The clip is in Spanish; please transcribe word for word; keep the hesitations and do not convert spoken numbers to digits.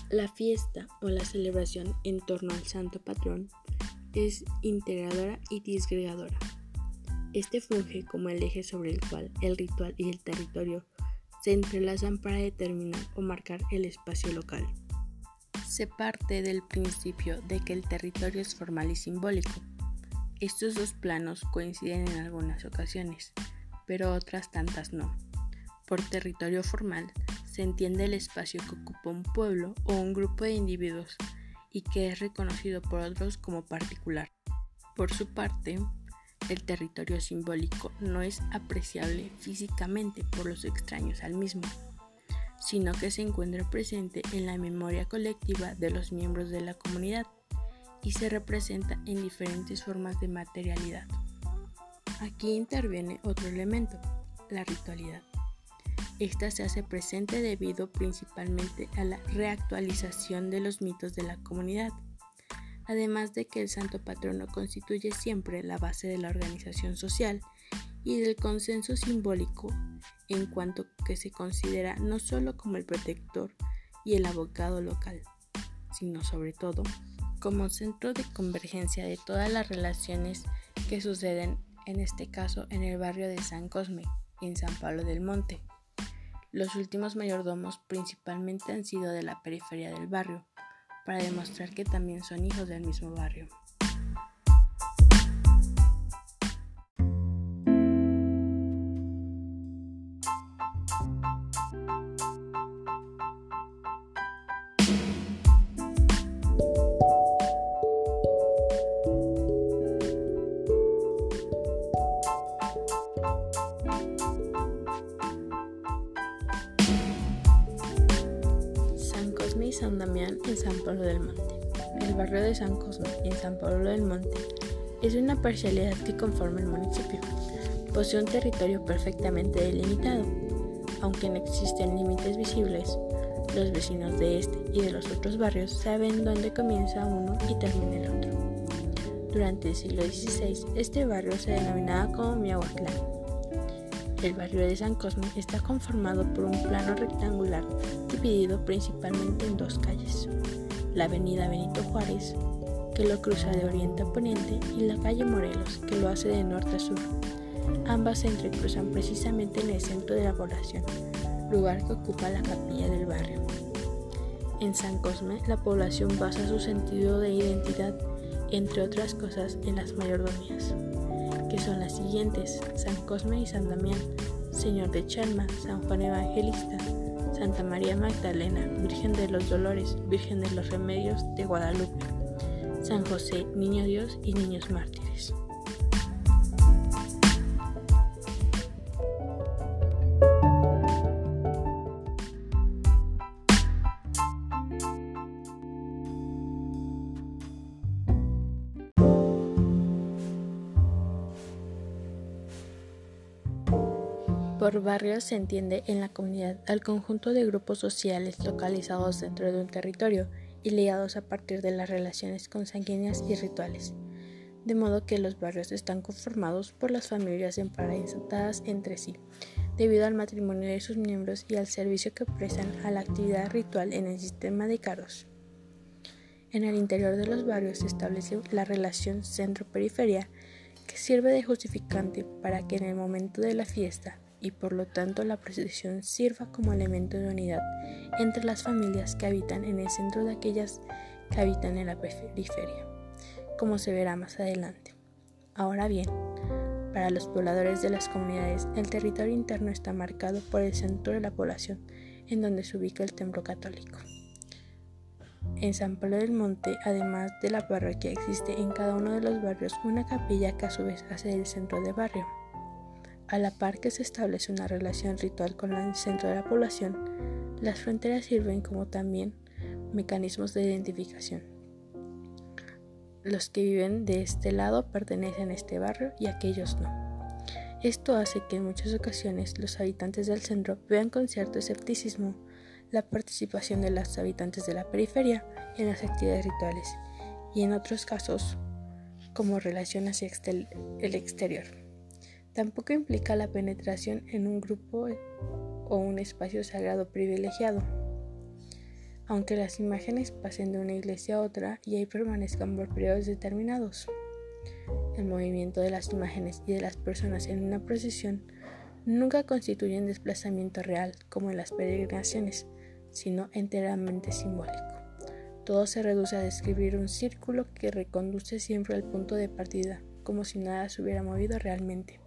La fiesta o la celebración en torno al santo patrón es integradora y disgregadora. Este funge como el eje sobre el cual el ritual y el territorio se entrelazan para determinar o marcar el espacio local. Se parte del principio de que el territorio es formal y simbólico. Estos dos planos coinciden en algunas ocasiones, pero otras tantas no. Por territorio formal se entiende el espacio que ocupa un pueblo o un grupo de individuos y que es reconocido por otros como particular. Por su parte, el territorio simbólico no es apreciable físicamente por los extraños al mismo, sino que se encuentra presente en la memoria colectiva de los miembros de la comunidad y se representa en diferentes formas de materialidad. Aquí interviene otro elemento, la ritualidad. Esta se hace presente debido principalmente a la reactualización de los mitos de la comunidad, además de que el santo patrono constituye siempre la base de la organización social y del consenso simbólico, en cuanto que se considera no solo como el protector y el abogado local, sino sobre todo como centro de convergencia de todas las relaciones que suceden, en este caso en el barrio de San Cosme y en San Pablo del Monte. Los últimos mayordomos principalmente han sido de la periferia del barrio, para demostrar que también son hijos del mismo barrio. Y San Damián en San Pablo del Monte. El barrio de San Cosme en San Pablo del Monte es una parcialidad que conforma el municipio. Posee un territorio perfectamente delimitado, aunque no existen límites visibles. Los vecinos de este y de los otros barrios saben dónde comienza uno y termina el otro. Durante el siglo dieciséis, este barrio se denominaba como Miahuatlán. El barrio de San Cosme está conformado por un plano rectangular dividido principalmente en dos calles, la avenida Benito Juárez, que lo cruza de oriente a poniente, y la calle Morelos, que lo hace de norte a sur. Ambas se entrecruzan precisamente en el centro de la población, lugar que ocupa la capilla del barrio. En San Cosme, la población basa su sentido de identidad, entre otras cosas, en las mayordomías, que son las siguientes: San Cosme y San Damián, Señor de Chalma, San Juan Evangelista, Santa María Magdalena, Virgen de los Dolores, Virgen de los Remedios de Guadalupe, San José, Niño Dios y Niños Mártires. Por barrios se entiende en la comunidad al conjunto de grupos sociales localizados dentro de un territorio y ligados a partir de las relaciones consanguíneas y rituales, de modo que los barrios están conformados por las familias emparentadas entre sí, debido al matrimonio de sus miembros y al servicio que prestan a la actividad ritual en el sistema de cargos. En el interior de los barrios se establece la relación centro-periferia, que sirve de justificante para que en el momento de la fiesta y por lo tanto la procesión sirva como elemento de unidad entre las familias que habitan en el centro de aquellas que habitan en la periferia, como se verá más adelante. Ahora bien, para los pobladores de las comunidades, el territorio interno está marcado por el centro de la población, en donde se ubica el templo católico. En San Pablo del Monte, además de la parroquia, existe en cada uno de los barrios una capilla que a su vez hace el centro del barrio. A la par que se establece una relación ritual con el centro de la población, las fronteras sirven como también mecanismos de identificación. Los que viven de este lado pertenecen a este barrio y aquellos no. Esto hace que en muchas ocasiones los habitantes del centro vean con cierto escepticismo la participación de los habitantes de la periferia en las actividades rituales y en otros casos como relación hacia el exterior. Tampoco implica la penetración en un grupo o un espacio sagrado privilegiado. aunque las imágenes pasen de una iglesia a otra y ahí permanezcan por periodos determinados. El movimiento de las imágenes y de las personas en una procesión nunca constituyen desplazamiento real como en las peregrinaciones, sino enteramente simbólico. Todo se reduce a describir un círculo que reconduce siempre al punto de partida, como si nada se hubiera movido realmente.